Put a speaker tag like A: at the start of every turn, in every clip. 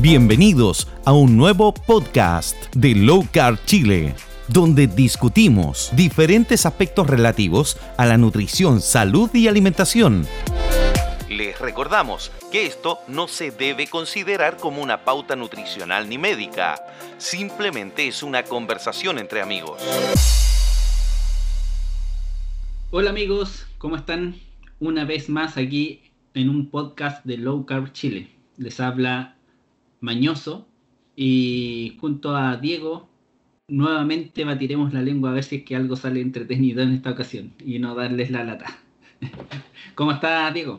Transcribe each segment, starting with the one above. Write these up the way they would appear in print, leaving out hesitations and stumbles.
A: Bienvenidos a un nuevo podcast de Low Carb Chile, donde discutimos diferentes aspectos relativos a la nutrición, salud y alimentación. Les recordamos que esto no se debe considerar como una pauta nutricional ni médica, simplemente es una conversación entre amigos.
B: Hola amigos, ¿cómo están? Una vez más aquí en un podcast de Low Carb Chile. Les habla Mañoso y junto a Diego nuevamente batiremos la lengua a ver si es que algo sale entretenido en esta ocasión y no darles la lata. ¿Cómo está Diego?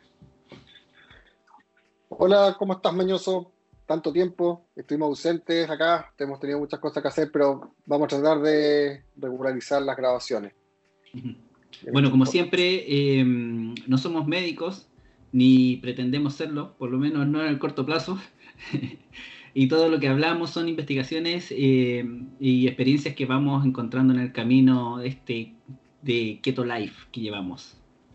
C: Hola, ¿cómo estás, Mañoso? Tanto tiempo, estuvimos ausentes acá, hemos tenido muchas cosas que hacer, pero vamos a tratar de regularizar las grabaciones.
B: Bueno, como siempre, no somos médicos, ni pretendemos serlo, por lo menos no en el corto plazo, y todo lo que hablamos son investigaciones y experiencias que vamos encontrando en el camino de Keto Life que llevamos.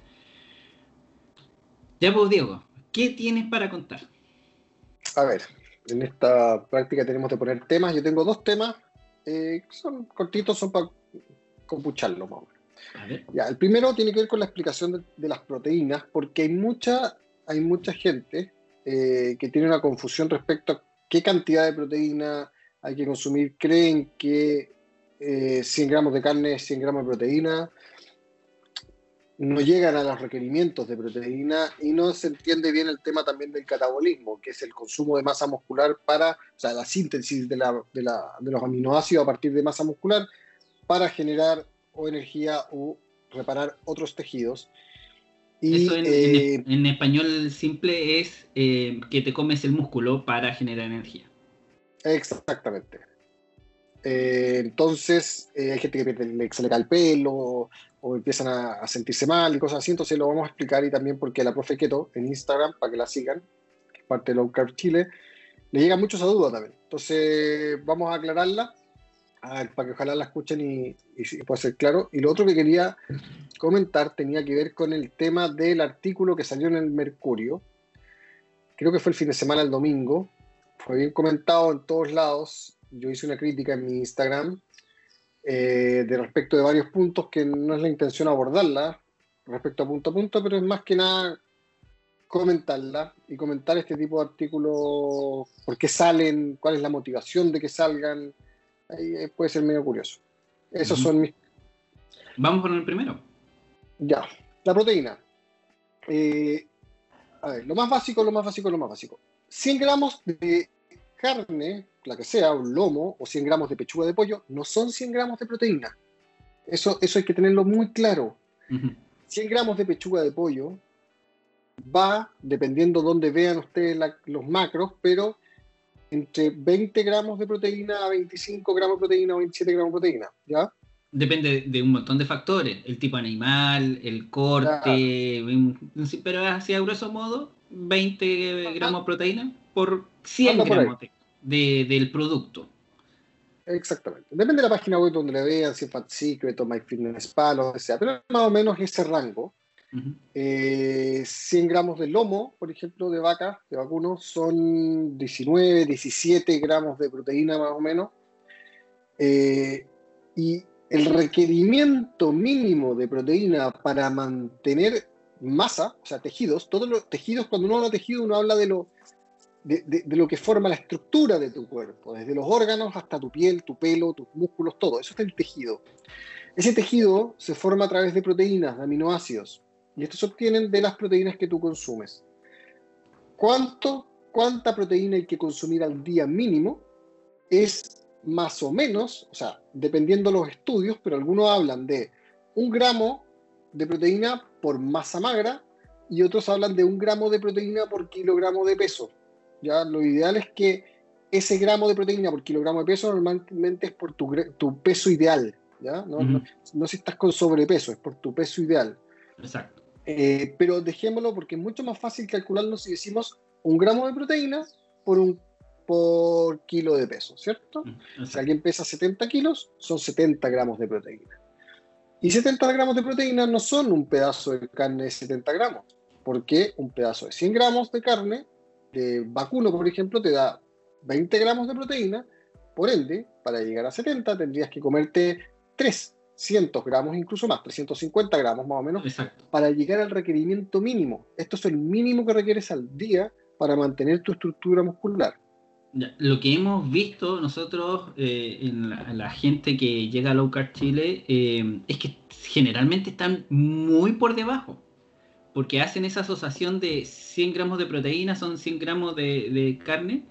B: Ya pues, Diego, ¿qué tienes para contar?
C: A ver, en esta práctica tenemos que poner temas. Yo tengo dos temas, son cortitos, son para compucharlo más o menos.
B: A ver.
C: Ya, el primero tiene que ver con la explicación de las proteínas, porque hay mucha gente que tiene una confusión respecto a qué cantidad de proteína hay que consumir. Creen que 100 gramos de carne es 100 gramos de proteína. No llegan a los requerimientos de proteína y no se entiende bien el tema también del catabolismo, que es el consumo de masa muscular la síntesis de los aminoácidos a partir de masa muscular para generar o energía o reparar otros tejidos. Y,
B: eso en español simple es que te comes el músculo para generar energía.
C: Exactamente. Entonces hay gente que se le cae el pelo o empiezan a sentirse mal y cosas así, entonces lo vamos a explicar. Y también porque la profe Keto en Instagram, para que la sigan, que es parte de Low Carb Chile, le llega mucho esa duda también. Entonces vamos a aclararla para que ojalá la escuchen y pueda ser claro. Y lo otro que quería comentar tenía que ver con el tema del artículo que salió en el Mercurio. Creo que fue el fin de semana, el domingo. Fue bien comentado en todos lados. Yo hice una crítica en mi Instagram de respecto de varios puntos que no es la intención abordarla respecto a punto, pero es más que nada comentarla y comentar este tipo de artículos, por qué salen, cuál es la motivación de que salgan. Ahí puede ser medio curioso. Esos son mis...
B: Vamos con el primero.
C: Ya, la proteína. A ver, lo más básico. 100 gramos de carne, la que sea, un lomo, o 100 gramos de pechuga de pollo, no son 100 gramos de proteína. Eso hay que tenerlo muy claro. 100 gramos de pechuga de pollo va, dependiendo dónde vean ustedes los macros, pero entre 20 gramos de proteína a 25 gramos de proteína o 27 gramos de proteína, ¿ya?
B: Depende de un montón de factores, el tipo animal, el corte, claro. Pero así a grueso modo, 20 gramos de proteína por 100 gramos del producto.
C: Exactamente. Depende de la página web donde le vean, si es Fat Secret o MyFitnessPal o lo que sea, pero más o menos ese rango. 100 gramos de lomo, por ejemplo, de vaca, de vacuno, son 19, 17 gramos de proteína más o menos. Y el requerimiento mínimo de proteína para mantener masa, o sea, tejidos, todos los tejidos, cuando uno habla de tejido, uno habla de lo que forma la estructura de tu cuerpo, desde los órganos hasta tu piel, tu pelo, tus músculos, todo. Eso es el tejido. Ese tejido se forma a través de proteínas, de aminoácidos, y estos se obtienen de las proteínas que tú consumes. ¿Cuánta proteína hay que consumir al día mínimo? Es más o menos, o sea, dependiendo de los estudios, pero algunos hablan de 1 gramo de proteína por masa magra y otros hablan de 1 gramo de proteína por kilogramo de peso. ¿Ya? Lo ideal es que ese gramo de proteína por kilogramo de peso normalmente es por tu peso ideal, ¿ya? No si estás con sobrepeso, es por tu peso ideal.
B: Exacto.
C: Pero dejémoslo porque es mucho más fácil calcularlo si decimos 1 gramo de proteína por kilo de peso, ¿cierto? Si alguien pesa 70 kilos, son 70 gramos de proteína. Y 70 gramos de proteína no son un pedazo de carne de 70 gramos, porque un pedazo de 100 gramos de carne de vacuno, por ejemplo, te da 20 gramos de proteína, por ende, para llegar a 70 tendrías que comerte 300 gramos, incluso más, 350 gramos más o menos,
B: Exacto.
C: para llegar al requerimiento mínimo. Esto es el mínimo que requieres al día para mantener tu estructura muscular.
B: Ya, lo que hemos visto nosotros en la gente que llega a Low Carb Chile es que generalmente están muy por debajo, porque hacen esa asociación de 100 gramos de proteína son 100 gramos de carne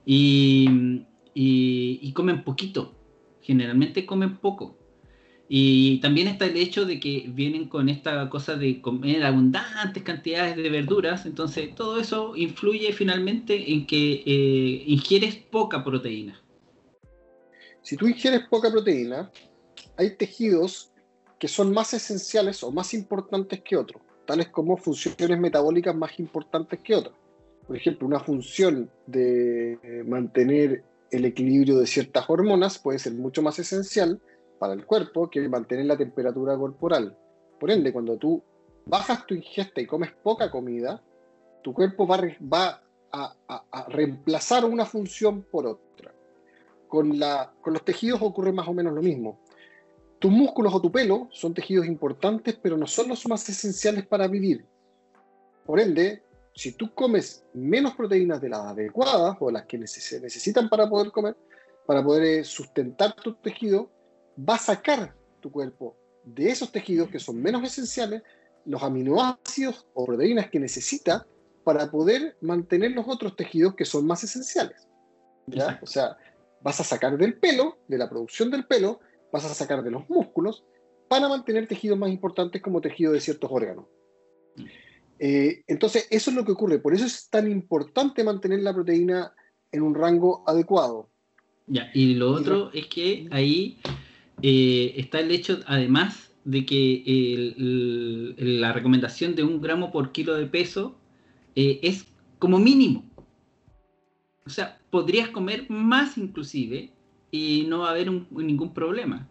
B: y comen poquito, generalmente comen poco. Y también está el hecho de que vienen con esta cosa de comer abundantes cantidades de verduras, entonces todo eso influye finalmente en que ingieres poca proteína.
C: Si tú ingieres poca proteína, hay tejidos que son más esenciales o más importantes que otros, tales como funciones metabólicas más importantes que otras. Por ejemplo, una función de mantener el equilibrio de ciertas hormonas puede ser mucho más esencial para el cuerpo que mantener la temperatura corporal. Por ende, cuando tú bajas tu ingesta y comes poca comida, tu cuerpo va a reemplazar una función por otra. Con los tejidos ocurre más o menos lo mismo. Tus músculos o tu pelo son tejidos importantes, pero no son los más esenciales para vivir. Por ende, si tú comes menos proteínas de las adecuadas o las que se necesitan para poder comer, para poder sustentar tu tejido, va a sacar tu cuerpo de esos tejidos que son menos esenciales los aminoácidos o proteínas que necesita para poder mantener los otros tejidos que son más esenciales. ¿Ya? O sea, vas a sacar del pelo, de la producción del pelo, vas a sacar de los músculos para mantener tejidos más importantes como tejido de ciertos órganos. Entonces, eso es lo que ocurre. Por eso es tan importante mantener la proteína en un rango adecuado.
B: Ya, y lo otro es que ahí está el hecho, además, de que la recomendación de 1 gramo por kilo de peso es como mínimo. O sea, podrías comer más inclusive y no va a haber ningún problema.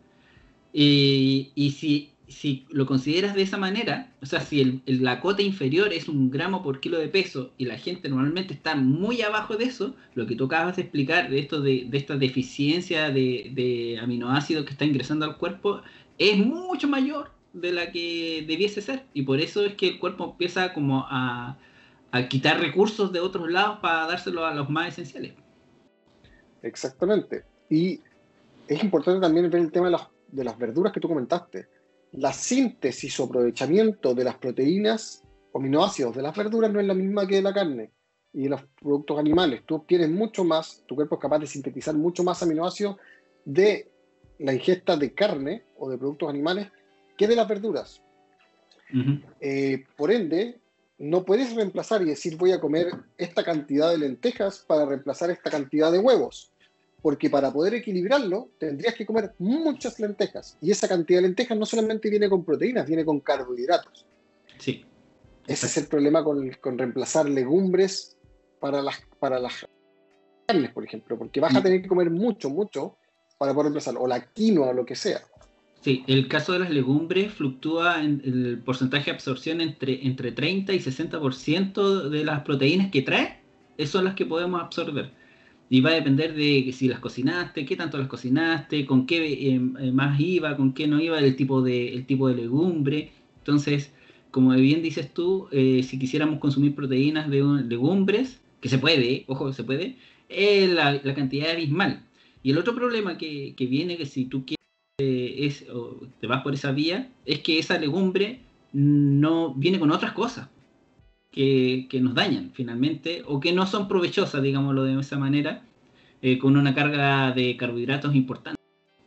B: Y si lo consideras de esa manera, o sea, si la cota inferior es 1 gramo por kilo de peso y la gente normalmente está muy abajo de eso, lo que tú acabas de explicar de esto de esta deficiencia de aminoácidos que está ingresando al cuerpo es mucho mayor de la que debiese ser. Y por eso es que el cuerpo empieza como a quitar recursos de otros lados para dárselos a los más esenciales.
C: Exactamente. Y es importante también ver el tema de las verduras que tú comentaste. La síntesis o aprovechamiento de las proteínas o aminoácidos de las verduras no es la misma que de la carne y de los productos animales. Tú obtienes mucho más, tu cuerpo es capaz de sintetizar mucho más aminoácidos de la ingesta de carne o de productos animales que de las verduras.
B: Uh-huh.
C: Por ende, no puedes reemplazar y decir voy a comer esta cantidad de lentejas para reemplazar esta cantidad de huevos. Porque para poder equilibrarlo, tendrías que comer muchas lentejas. Y esa cantidad de lentejas no solamente viene con proteínas, viene con carbohidratos.
B: Sí.
C: Ese es el problema con reemplazar legumbres para las carnes, por ejemplo. Porque vas a tener que comer mucho para poder reemplazarlo. O la quinoa o lo que sea.
B: Sí, el caso de las legumbres fluctúa en el porcentaje de absorción entre 30 y 60% de las proteínas que trae, son las que podemos absorber. Y va a depender de si las cocinaste, qué tanto las cocinaste, con qué más iba, con qué no iba, el tipo de legumbre. Entonces, como bien dices tú, si quisiéramos consumir proteínas de legumbres, que se puede, ojo, se puede, la cantidad es abismal. Y el otro problema que viene, que si tú quieres o te vas por esa vía, es que esa legumbre no viene con otras cosas que nos dañan finalmente o que no son provechosas, digámoslo de esa manera, con una carga de carbohidratos importante.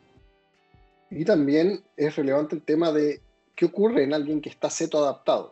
C: Y también es relevante el tema de qué ocurre en alguien que está cetoadaptado.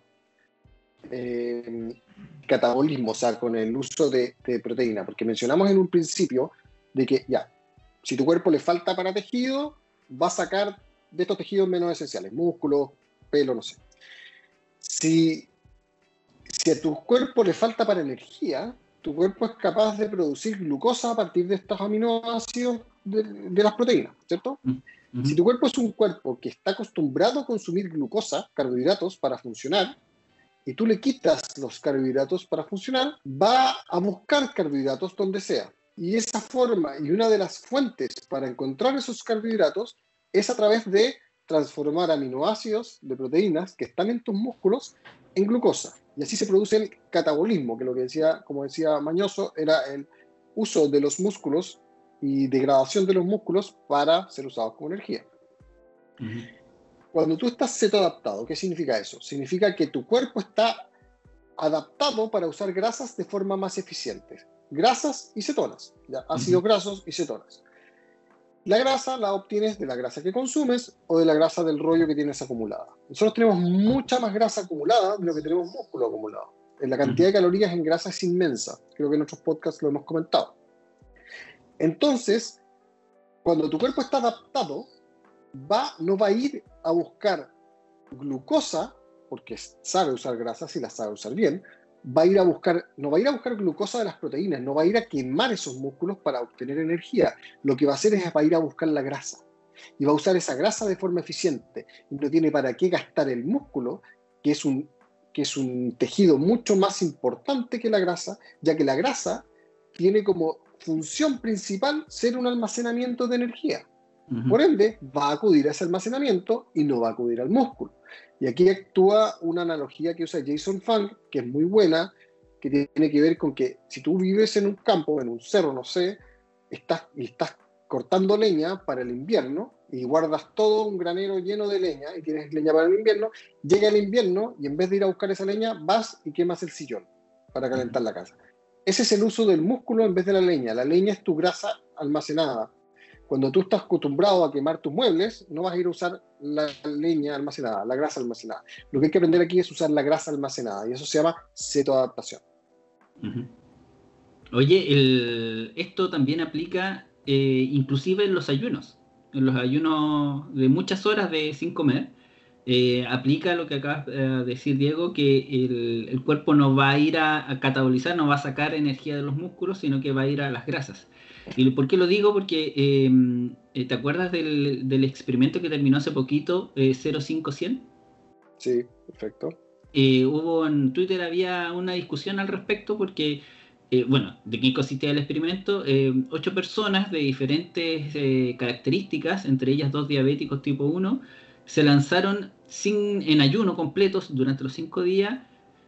C: Catabolismo, o sea, con el uso de proteína, porque mencionamos en un principio de que ya, si tu cuerpo le falta para tejido, va a sacar de estos tejidos menos esenciales, músculos, pelo, no sé. Si a tu cuerpo le falta para energía, tu cuerpo es capaz de producir glucosa a partir de estos aminoácidos de las proteínas, ¿cierto? Uh-huh. Si tu cuerpo es un cuerpo que está acostumbrado a consumir glucosa, carbohidratos, para funcionar, y tú le quitas los carbohidratos para funcionar, va a buscar carbohidratos donde sea. Y esa forma y una de las fuentes para encontrar esos carbohidratos es a través de transformar aminoácidos de proteínas que están en tus músculos en glucosa. Y así se produce el catabolismo, que lo que decía, como decía Mañoso, era el uso de los músculos y degradación de los músculos para ser usados como energía. Cuando tú estás cetoadaptado, ¿qué significa eso? Significa que tu cuerpo está adaptado para usar grasas de forma más eficiente. Grasas y cetonas, ¿ya? Ácidos grasos y cetonas. La grasa la obtienes de la grasa que consumes o de la grasa del rollo que tienes acumulada. Nosotros tenemos mucha más grasa acumulada de lo que tenemos músculo acumulado. La cantidad de calorías en grasa es inmensa. Creo que en otros podcasts lo hemos comentado. Entonces, cuando tu cuerpo está adaptado, no va a ir a buscar glucosa, porque sabe usar grasas y las sabe usar bien, no va a ir a buscar glucosa de las proteínas, no va a ir a quemar esos músculos para obtener energía. Lo que va a hacer es va a ir a buscar la grasa. Y va a usar esa grasa de forma eficiente. Y no tiene para qué gastar el músculo, que es un tejido mucho más importante que la grasa, ya que la grasa tiene como función principal ser un almacenamiento de energía. Por ende, va a acudir a ese almacenamiento y no va a acudir al músculo. Y aquí actúa una analogía que usa Jason Fung, que es muy buena, que tiene que ver con que si tú vives en un campo, en un cerro, no sé, estás cortando leña para el invierno y guardas todo un granero lleno de leña y tienes leña para el invierno, llega el invierno y en vez de ir a buscar esa leña, vas y quemas el sillón para calentar la casa. Ese es el uso del músculo en vez de la leña. La leña es tu grasa almacenada. Cuando tú estás acostumbrado a quemar tus muebles, no vas a ir a usar la leña almacenada, la grasa almacenada. Lo que hay que aprender aquí es usar la grasa almacenada, y eso se llama cetoadaptación.
B: Oye, esto también aplica inclusive en los ayunos de muchas horas sin comer. Aplica lo que acabas de decir, Diego, que el cuerpo no va a ir a catabolizar, no va a sacar energía de los músculos, sino que va a ir a las grasas. ¿Y por qué lo digo? Porque ¿te acuerdas del experimento que terminó hace poquito, 05100?
C: Sí, perfecto.
B: En Twitter había una discusión al respecto porque, ¿de qué consistía el experimento? 8 personas de diferentes características, entre ellas 2 diabéticos tipo 1, se lanzaron en ayuno completos durante los 5 días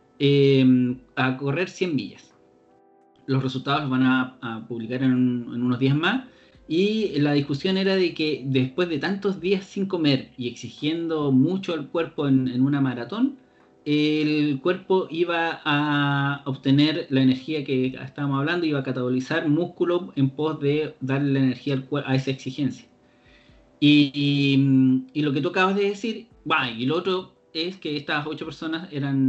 B: a correr 100 millas. Los resultados los van a publicar en unos días más. Y la discusión era de que después de tantos días sin comer y exigiendo mucho al cuerpo en una maratón, el cuerpo iba a obtener la energía que estábamos hablando, iba a catabolizar músculo en pos de darle la energía a esa exigencia. Y lo que tú acabas de decir, y lo otro es que estas 8 personas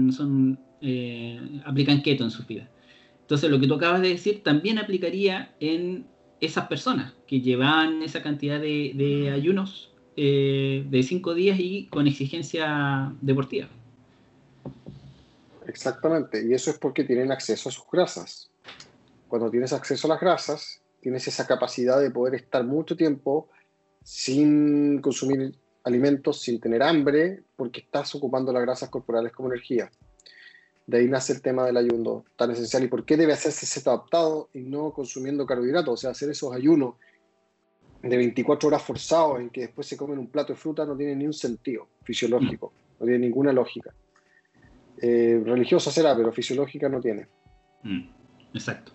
B: aplican keto en sus vidas. Entonces, lo que tú acabas de decir también aplicaría en esas personas que llevaban esa cantidad de ayunos de 5 días y con exigencia deportiva.
C: Exactamente, y eso es porque tienen acceso a sus grasas. Cuando tienes acceso a las grasas, tienes esa capacidad de poder estar mucho tiempo sin consumir alimentos, sin tener hambre, porque estás ocupando las grasas corporales como energía. De ahí nace el tema del ayuno tan esencial. ¿Y por qué debe hacerse cetoadaptado y no consumiendo carbohidratos? O sea, hacer esos ayunos de 24 horas forzados en que después se comen un plato de fruta no tiene ni un sentido fisiológico, no tiene ninguna lógica. Religiosa será, pero fisiológica no tiene.
B: Exacto.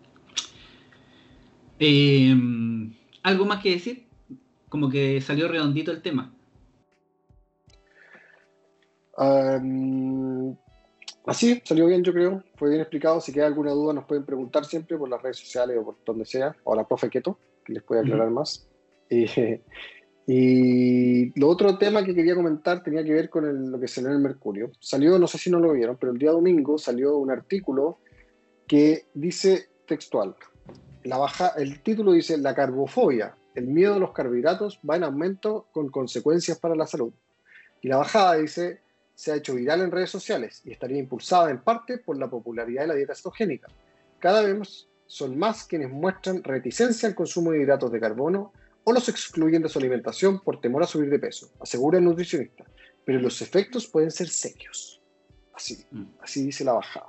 B: ¿Algo más que decir? Como que salió redondito el tema.
C: Así, salió bien, yo creo. Fue bien explicado. Si queda alguna duda, nos pueden preguntar siempre por las redes sociales o por donde sea. O a la profe Keto, que les puede aclarar más. Y lo otro tema que quería comentar tenía que ver con lo que salió en el Mercurio. Salió, no sé si no lo vieron, pero el día domingo salió un artículo que dice textual. El título dice: la carbofobia, el miedo a los carbohidratos va en aumento con consecuencias para la salud. Y la bajada dice: se ha hecho viral en redes sociales y estaría impulsada en parte por la popularidad de la dieta cetogénica. Cada vez son más quienes muestran reticencia al consumo de hidratos de carbono o los excluyen de su alimentación por temor a subir de peso, asegura el nutricionista, pero los efectos pueden ser serios. Así dice la bajada.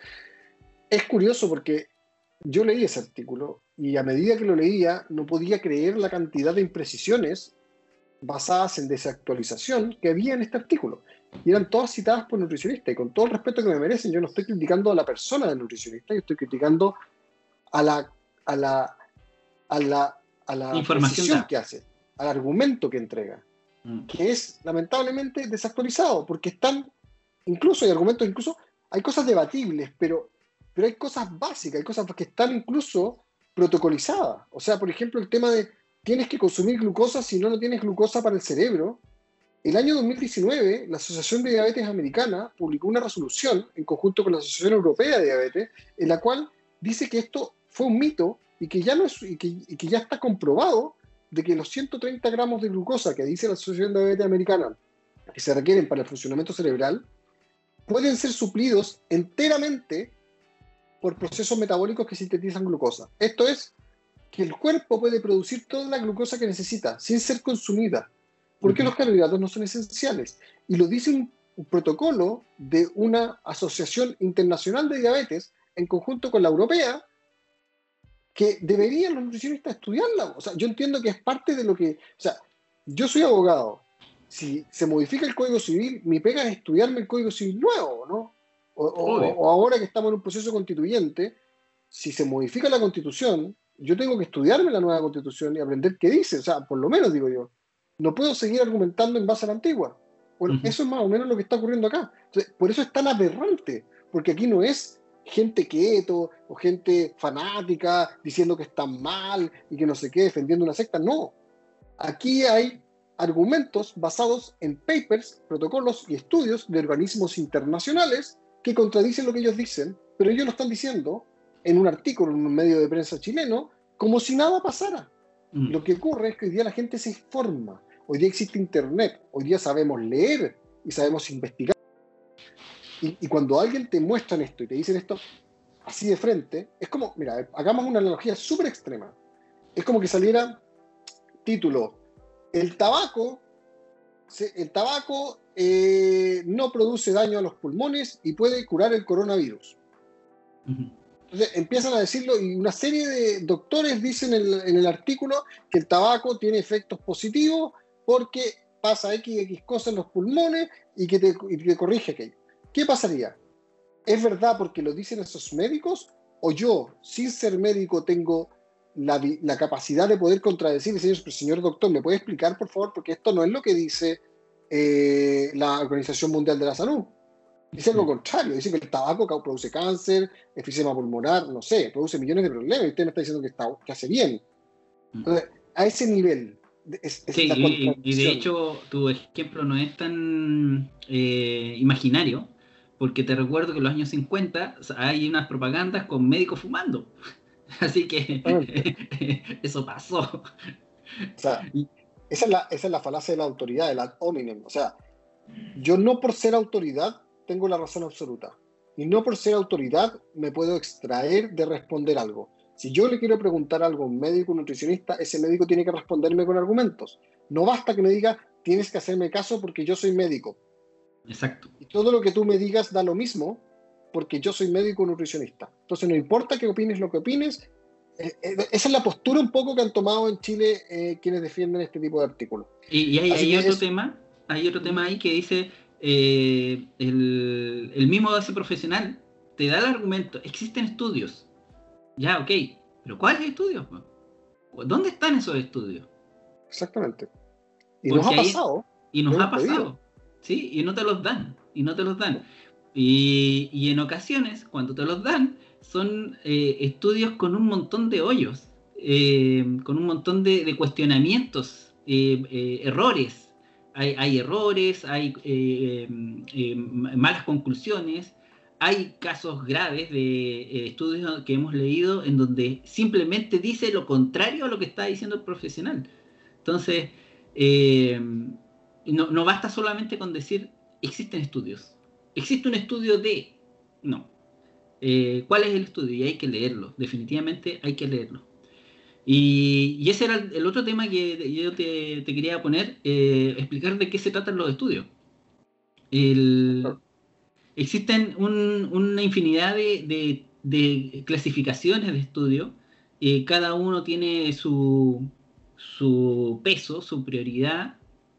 C: Es curioso porque yo leí ese artículo y a medida que lo leía no podía creer la cantidad de imprecisiones basadas en desactualización que había en este artículo. Y eran todas citadas por nutricionistas. Y con todo el respeto que me merecen, yo no estoy criticando a la persona del nutricionista, yo estoy criticando a la información que hace, al argumento que entrega, que es lamentablemente desactualizado, porque incluso hay cosas debatibles, pero hay cosas básicas, hay cosas que están incluso protocolizadas. O sea, por ejemplo, el tema de tienes que consumir glucosa, si no tienes glucosa para el cerebro. El año 2019, la Asociación de Diabetes Americana publicó una resolución en conjunto con la Asociación Europea de Diabetes, en la cual dice que esto fue un mito y que ya, que ya está comprobado de que los 130 gramos de glucosa que dice la Asociación de Diabetes Americana que se requieren para el funcionamiento cerebral pueden ser suplidos enteramente por procesos metabólicos que sintetizan glucosa. Esto es, que el cuerpo puede producir toda la glucosa que necesita sin ser consumida, porque los carbohidratos no son esenciales. Y lo dice un protocolo de una asociación internacional de diabetes en conjunto con la europea, que deberían los nutricionistas estudiarla. O sea, yo entiendo que es parte de lo que... O sea, yo soy abogado. Si se modifica el Código Civil, mi pega es estudiarme el Código Civil nuevo, ¿no? O ahora que estamos en un proceso constituyente, si se modifica la Constitución, yo tengo que estudiarme la nueva Constitución y aprender qué dice. O sea, por lo menos, digo yo, no puedo seguir argumentando en base a la antigua. Bueno, eso es más o menos lo que está ocurriendo acá. Entonces, por eso es tan aberrante, porque aquí no es gente keto o gente fanática diciendo que están mal y que no sé qué, defendiendo una secta. No. Aquí hay argumentos basados en papers, protocolos y estudios de organismos internacionales que contradicen lo que ellos dicen, pero ellos lo están diciendo en un artículo en un medio de prensa chileno como si nada pasara. Lo que ocurre es que hoy día la gente se informa, hoy día existe internet, hoy día sabemos leer y sabemos investigar. Y cuando alguien te muestra esto y te dicen esto así de frente, es como, mira, hagamos una analogía súper extrema. Es como que saliera título: el tabaco no produce daño a los pulmones y puede curar el coronavirus. Entonces empiezan a decirlo y una serie de doctores dicen en el artículo que el tabaco tiene efectos positivos porque pasa X cosas en los pulmones y que te corrige aquello. ¿Qué pasaría? ¿Es verdad porque lo dicen esos médicos? ¿O yo, sin ser médico, tengo la capacidad de poder contradecir? Señor doctor, ¿me puede explicar, por favor? Porque esto no es lo que dice la Organización Mundial de la Salud. Dice lo contrario, dice que el tabaco produce cáncer, enfisema pulmonar, no sé, produce millones de problemas y usted me está diciendo que hace bien. Entonces, a ese nivel
B: sí, y de hecho tu ejemplo no es tan imaginario, porque te recuerdo que en los años 50 hay unas propagandas con médicos fumando. Así que eso pasó.
C: O sea, esa es la falacia de la autoridad, del ad hominem. O sea, yo no por ser autoridad tengo la razón absoluta. Y no por ser autoridad me puedo extraer de responder algo. Si yo le quiero preguntar algo a un médico, un nutricionista, ese médico tiene que responderme con argumentos. No basta que me diga, tienes que hacerme caso porque yo soy médico.
B: Exacto.
C: Y todo lo que tú me digas da lo mismo porque yo soy médico nutricionista. Entonces no importa que opines lo que opines. Esa es la postura un poco que han tomado en Chile quienes defienden este tipo de artículos.
B: Y hay otro tema ahí que dice el mismo base profesional te da el argumento, existen estudios. Ya, ok, pero ¿cuáles estudios? ¿Dónde están esos estudios?
C: Exactamente. Y nos ha pasado.
B: Y nos ha pasado, ¿sí? Y no te los dan. Y en ocasiones, cuando te los dan, son estudios con un montón de hoyos, con un montón de cuestionamientos, errores. Hay errores, hay malas conclusiones. Hay casos graves de estudios que hemos leído en donde simplemente dice lo contrario a lo que está diciendo el profesional. Entonces, no basta solamente con decir existen estudios. Existe un estudio de... No. ¿Cuál es el estudio? Y hay que leerlo. Definitivamente hay que leerlo. Y ese era el otro tema que yo te quería poner, explicar de qué se tratan los estudios. existen una infinidad de clasificaciones de estudio. Cada uno tiene su peso, su prioridad,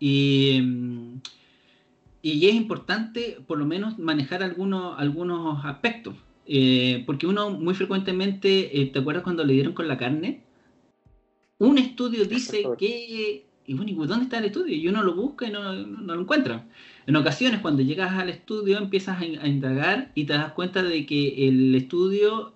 B: y es importante por lo menos manejar algunos aspectos. Porque uno muy frecuentemente, ¿te acuerdas cuando le dieron con la carne? Un estudio dice que... Y bueno, ¿y dónde está el estudio? Y uno lo busca y no lo encuentra. En ocasiones, cuando llegas al estudio, empiezas a indagar y te das cuenta de que el estudio,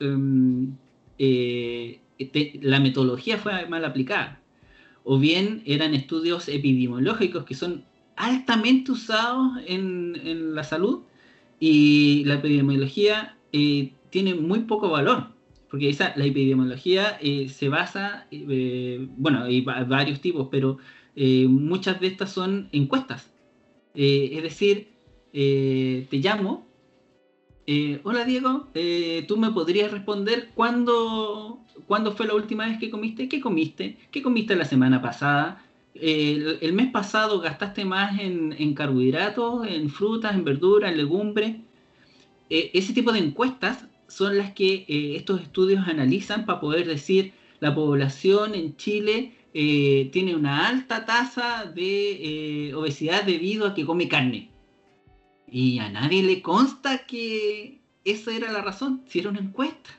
B: la metodología fue mal aplicada. O bien eran estudios epidemiológicos que son altamente usados en la salud, y la epidemiología tiene muy poco valor, porque la epidemiología se basa, bueno, hay varios tipos, pero muchas de estas son encuestas. Es decir, te llamo, hola Diego, ¿tú me podrías responder cuándo fue la última vez que comiste? ¿Qué comiste? ¿Qué comiste la semana pasada? El mes pasado gastaste más en carbohidratos, en frutas, en verduras, en legumbres. Ese tipo de encuestas son las que estos estudios analizan para poder decir la población en Chile tiene una alta tasa de obesidad debido a que come carne. Y a nadie le consta que esa era la razón, si era una encuesta.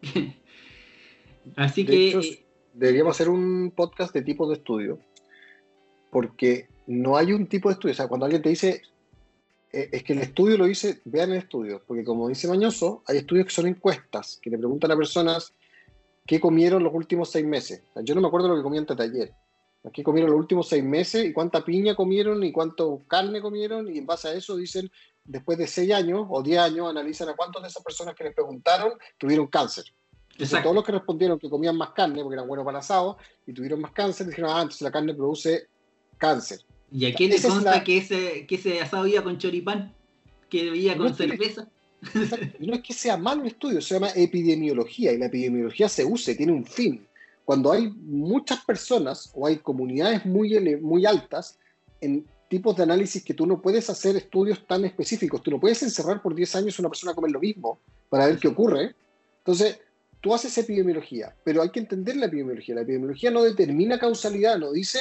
B: Así
C: de
B: que...
C: hecho, deberíamos hacer un podcast de tipos de estudio, porque no hay un tipo de estudio. O sea, cuando alguien te dice, es que el estudio lo dice, vean el estudio, porque como dice Mañoso, hay estudios que son encuestas, que le preguntan a personas qué comieron los últimos 6 meses. O sea, yo no me acuerdo lo que comí antes de ayer. ¿Qué comieron los últimos 6 meses? ¿Y cuánta piña comieron? ¿Y cuánto carne comieron? Y en base a eso dicen, después de 6 años o 10 años, analizan a cuántas de esas personas que les preguntaron tuvieron cáncer. Entonces, todos los que respondieron que comían más carne, porque eran buenos para asado, y tuvieron más cáncer, dijeron, entonces la carne produce cáncer.
B: ¿Y a quién le consta que ese asado iba con choripán? ¿Que iba con cerveza?
C: No es que sea malo el estudio, se llama epidemiología, y la epidemiología se usa, tiene un fin. Cuando hay muchas personas o hay comunidades muy altas en tipos de análisis que tú no puedes hacer estudios tan específicos, tú no puedes encerrar por 10 años a una persona a comer lo mismo para ver qué ocurre. Entonces, tú haces epidemiología, pero hay que entender la epidemiología. La epidemiología no determina causalidad, no dice...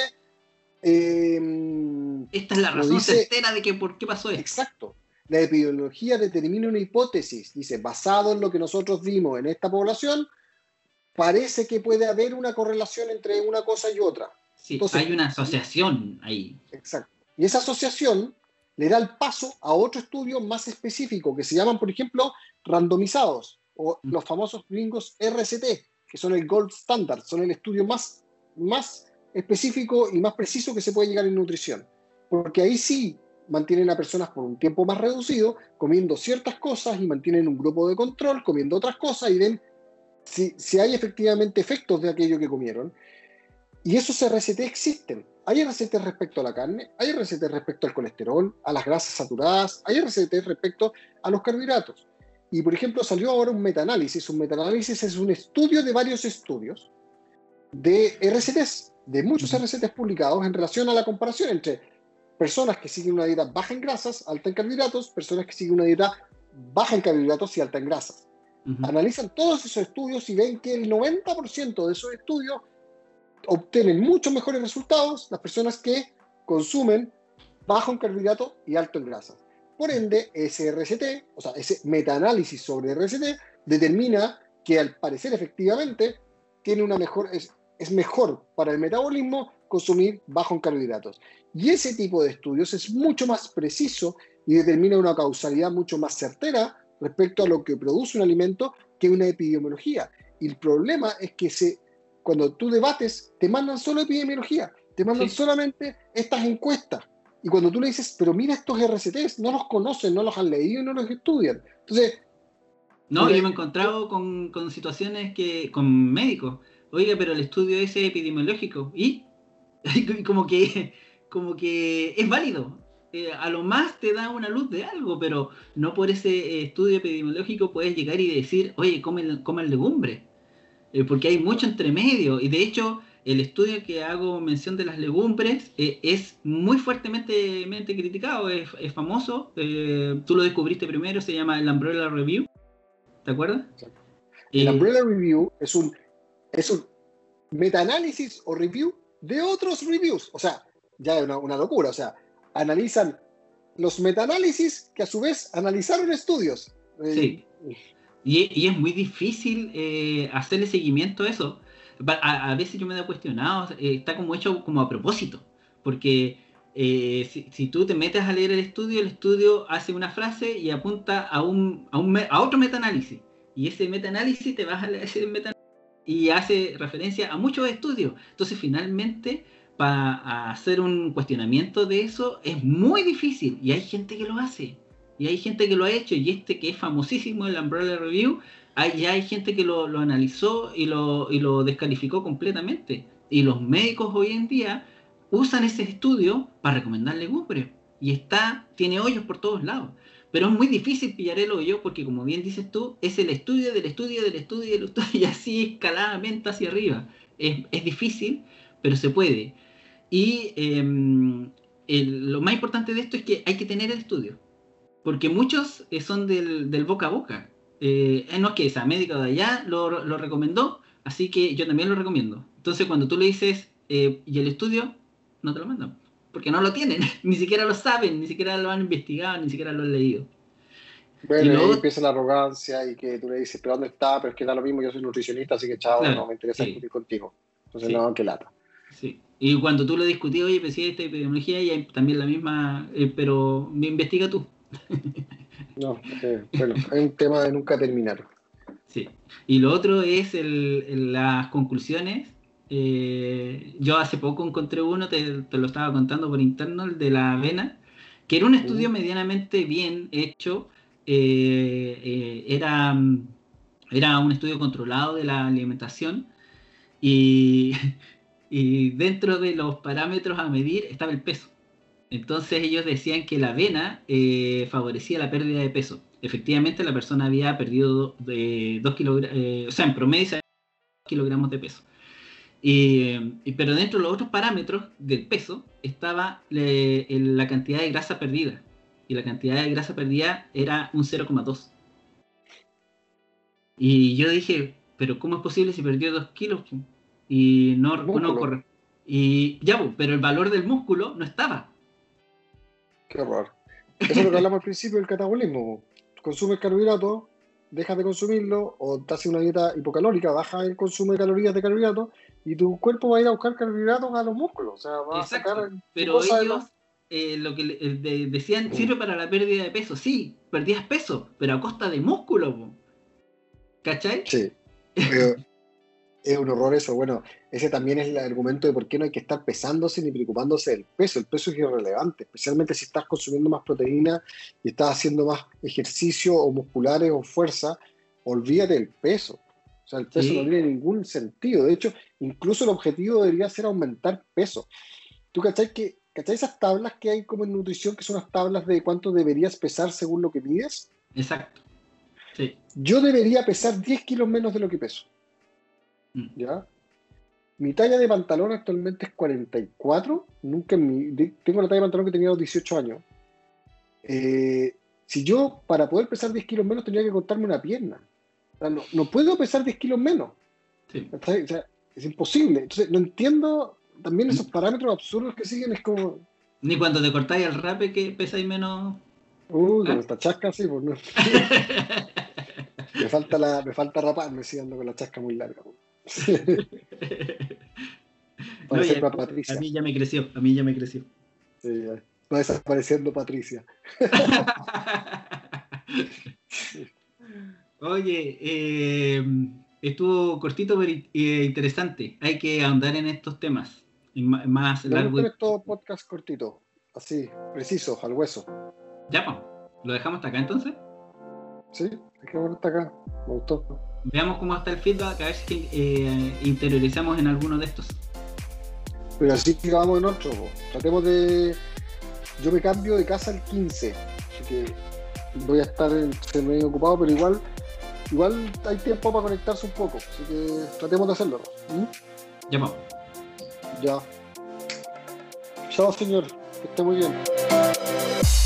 B: esta es la razón certera de que por qué pasó esto.
C: Exacto. La epidemiología determina una hipótesis, dice, basado en lo que nosotros vimos en esta población, parece que puede haber una correlación entre una cosa y otra.
B: Sí, entonces, hay una asociación ahí.
C: Exacto. Y esa asociación le da el paso a otro estudio más específico, que se llaman, por ejemplo, randomizados, o los famosos gringos RCT, que son el gold standard, son el estudio más específico y más preciso que se puede llegar en nutrición. Porque ahí sí mantienen a personas por un tiempo más reducido, comiendo ciertas cosas, y mantienen un grupo de control comiendo otras cosas, y ven si hay efectivamente efectos de aquello que comieron. Y esos RCT existen. Hay RCT respecto a la carne, hay RCT respecto al colesterol, a las grasas saturadas, hay RCT respecto a los carbohidratos. Y por ejemplo salió ahora un metaanálisis. Un metaanálisis es un estudio de varios estudios de RCTs, de muchos RCTs publicados en relación a la comparación entre personas que siguen una dieta baja en grasas, alta en carbohidratos, personas que siguen una dieta baja en carbohidratos y alta en grasas. Analizan todos esos estudios y ven que el 90% de esos estudios obtienen muchos mejores resultados las personas que consumen bajo en carbohidratos y alto en grasas. Por ende, ese RCT, o sea, ese metaanálisis sobre RCT, determina que al parecer efectivamente tiene es mejor para el metabolismo consumir bajo en carbohidratos. Y ese tipo de estudios es mucho más preciso y determina una causalidad mucho más certera respecto a lo que produce un alimento que una epidemiología. Y el problema es que cuando tú debates, te mandan solo epidemiología, te mandan solamente estas encuestas. Y cuando tú le dices, pero mira estos RCTs, no los conocen, no los han leído y no los estudian. Entonces...
B: No, yo me he encontrado con situaciones con médicos. Oiga, pero el estudio ese epidemiológico, ¿y? como que es válido. A lo más te da una luz de algo, pero no por ese estudio epidemiológico puedes llegar y decir, oye, coman legumbre. Porque hay mucho entre medio. Y de hecho, el estudio que hago mención de las legumbres es muy fuertemente criticado, es famoso. Tú lo descubriste primero, se llama el Umbrella Review. ¿Te acuerdas?
C: El Umbrella Review es un metaanálisis o review de otros reviews. O sea, ya es una locura. O sea, analizan los metaanálisis que a su vez analizaron estudios.
B: Sí. Y es muy difícil hacerle seguimiento a eso. A veces yo me he cuestionado, está como hecho como a propósito. Porque si tú te metes a leer el estudio hace una frase y apunta a otro metaanálisis. Y ese metaanálisis te vas a leer ese metaanálisis y hace referencia a muchos estudios. Entonces, finalmente, para hacer un cuestionamiento de eso es muy difícil. Y hay gente que lo hace. Y hay gente que lo ha hecho. Y que es famosísimo, el Umbrella Review, ya hay gente que lo analizó y lo descalificó completamente. Y los médicos hoy en día usan ese estudio para recomendar legumbres. Y tiene hoyos por todos lados. Pero es muy difícil pillar el hoyo porque, como bien dices tú, es el estudio del estudio del estudio del estudio y así escaladamente hacia arriba. Es difícil, pero se puede. Y lo más importante de esto es que hay que tener el estudio. Porque muchos son del boca a boca. No es que esa médica de allá lo recomendó, así que yo también lo recomiendo. Entonces, cuando tú le dices, ¿y el estudio? No te lo mandan. Porque no lo tienen, ni siquiera lo saben, ni siquiera lo han investigado, ni siquiera lo han leído.
C: Bueno, y ahí empieza la arrogancia y que tú le dices, ¿pero dónde está? Pero es que da lo mismo, yo soy nutricionista, así que chao, claro, no me interesa discutir contigo. Entonces, no, qué lata.
B: Sí. Y cuando tú lo discutís, oye, pues si esta epidemiología y hay también la misma, pero investiga tú.
C: No, bueno, es un tema de nunca terminar.
B: Sí. Y lo otro es las conclusiones. Yo hace poco encontré uno, te lo estaba contando por interno, el de la avena, que era un estudio medianamente bien hecho. Era un estudio controlado de la alimentación y dentro de los parámetros a medir estaba el peso. Entonces ellos decían que la avena favorecía la pérdida de peso. Efectivamente, la persona había perdido 2 kilogramos, o sea, en promedio 2 kilogramos de peso. Pero dentro de los otros parámetros del peso estaba la cantidad de grasa perdida. Y la cantidad de grasa perdida era un 0,2. Y yo dije, ¿pero cómo es posible si perdió 2 kilos? Y no corre. Y ya, pero el valor del músculo no estaba.
C: Qué horror. Eso es lo que hablamos al principio del catabolismo. Consumes carbohidratos, dejas de consumirlo, o te haces una dieta hipocalórica, baja el consumo de calorías de carbohidratos, y tu cuerpo va a ir a buscar carbohidratos a los músculos. O sea, va a sacar.
B: Pero ellos lo que decían sirve para la pérdida de peso. Sí, perdías peso, pero a costa de músculo. ¿Cachai?
C: Sí. Es un horror eso. Bueno, ese también es el argumento de por qué no hay que estar pesándose ni preocupándose del peso. El peso es irrelevante, especialmente si estás consumiendo más proteína y estás haciendo más ejercicio o musculares o fuerza. Olvídate del peso. O sea, el peso no tiene ningún sentido. De hecho, incluso el objetivo debería ser aumentar peso. ¿Tú cachai esas tablas que hay como en nutrición, que son las tablas de cuánto deberías pesar según lo que mides?
B: Exacto. Sí.
C: Yo debería pesar 10 kilos menos de lo que peso. ¿Ya? Mi talla de pantalón actualmente es 44. Tengo la talla de pantalón que tenía a los 18 años. Si yo, para poder pesar 10 kilos menos, tendría que cortarme una pierna. O sea, no puedo pesar 10 kilos menos.
B: Sí.
C: O sea, es imposible. Entonces, no entiendo también esos parámetros absurdos que siguen. Es como...
B: Ni cuando te cortáis el rape que pesáis menos...
C: con esta chasca, sí, pues no. me falta raparme, si ando con la chasca muy larga.
B: No, Patricia. A mí ya me creció.
C: Sí, va desapareciendo Patricia.
B: Oye, estuvo cortito pero interesante. Hay que ahondar en estos temas más largo.
C: Estos podcast cortitos, así, precisos, al hueso.
B: Ya, pues, ¿lo dejamos hasta acá entonces?
C: Sí, dejémoslo hasta acá. Me gustó.
B: Veamos cómo está el feedback, a ver si interiorizamos en alguno de estos.
C: Pero así que vamos en otro. Tratemos de... Yo me cambio de casa el 15, así que voy a estar medio ocupado, pero igual hay tiempo para conectarse un poco, así que tratemos de hacerlo.
B: Ya vamos.
C: Ya. Chao, señor. Que esté muy bien.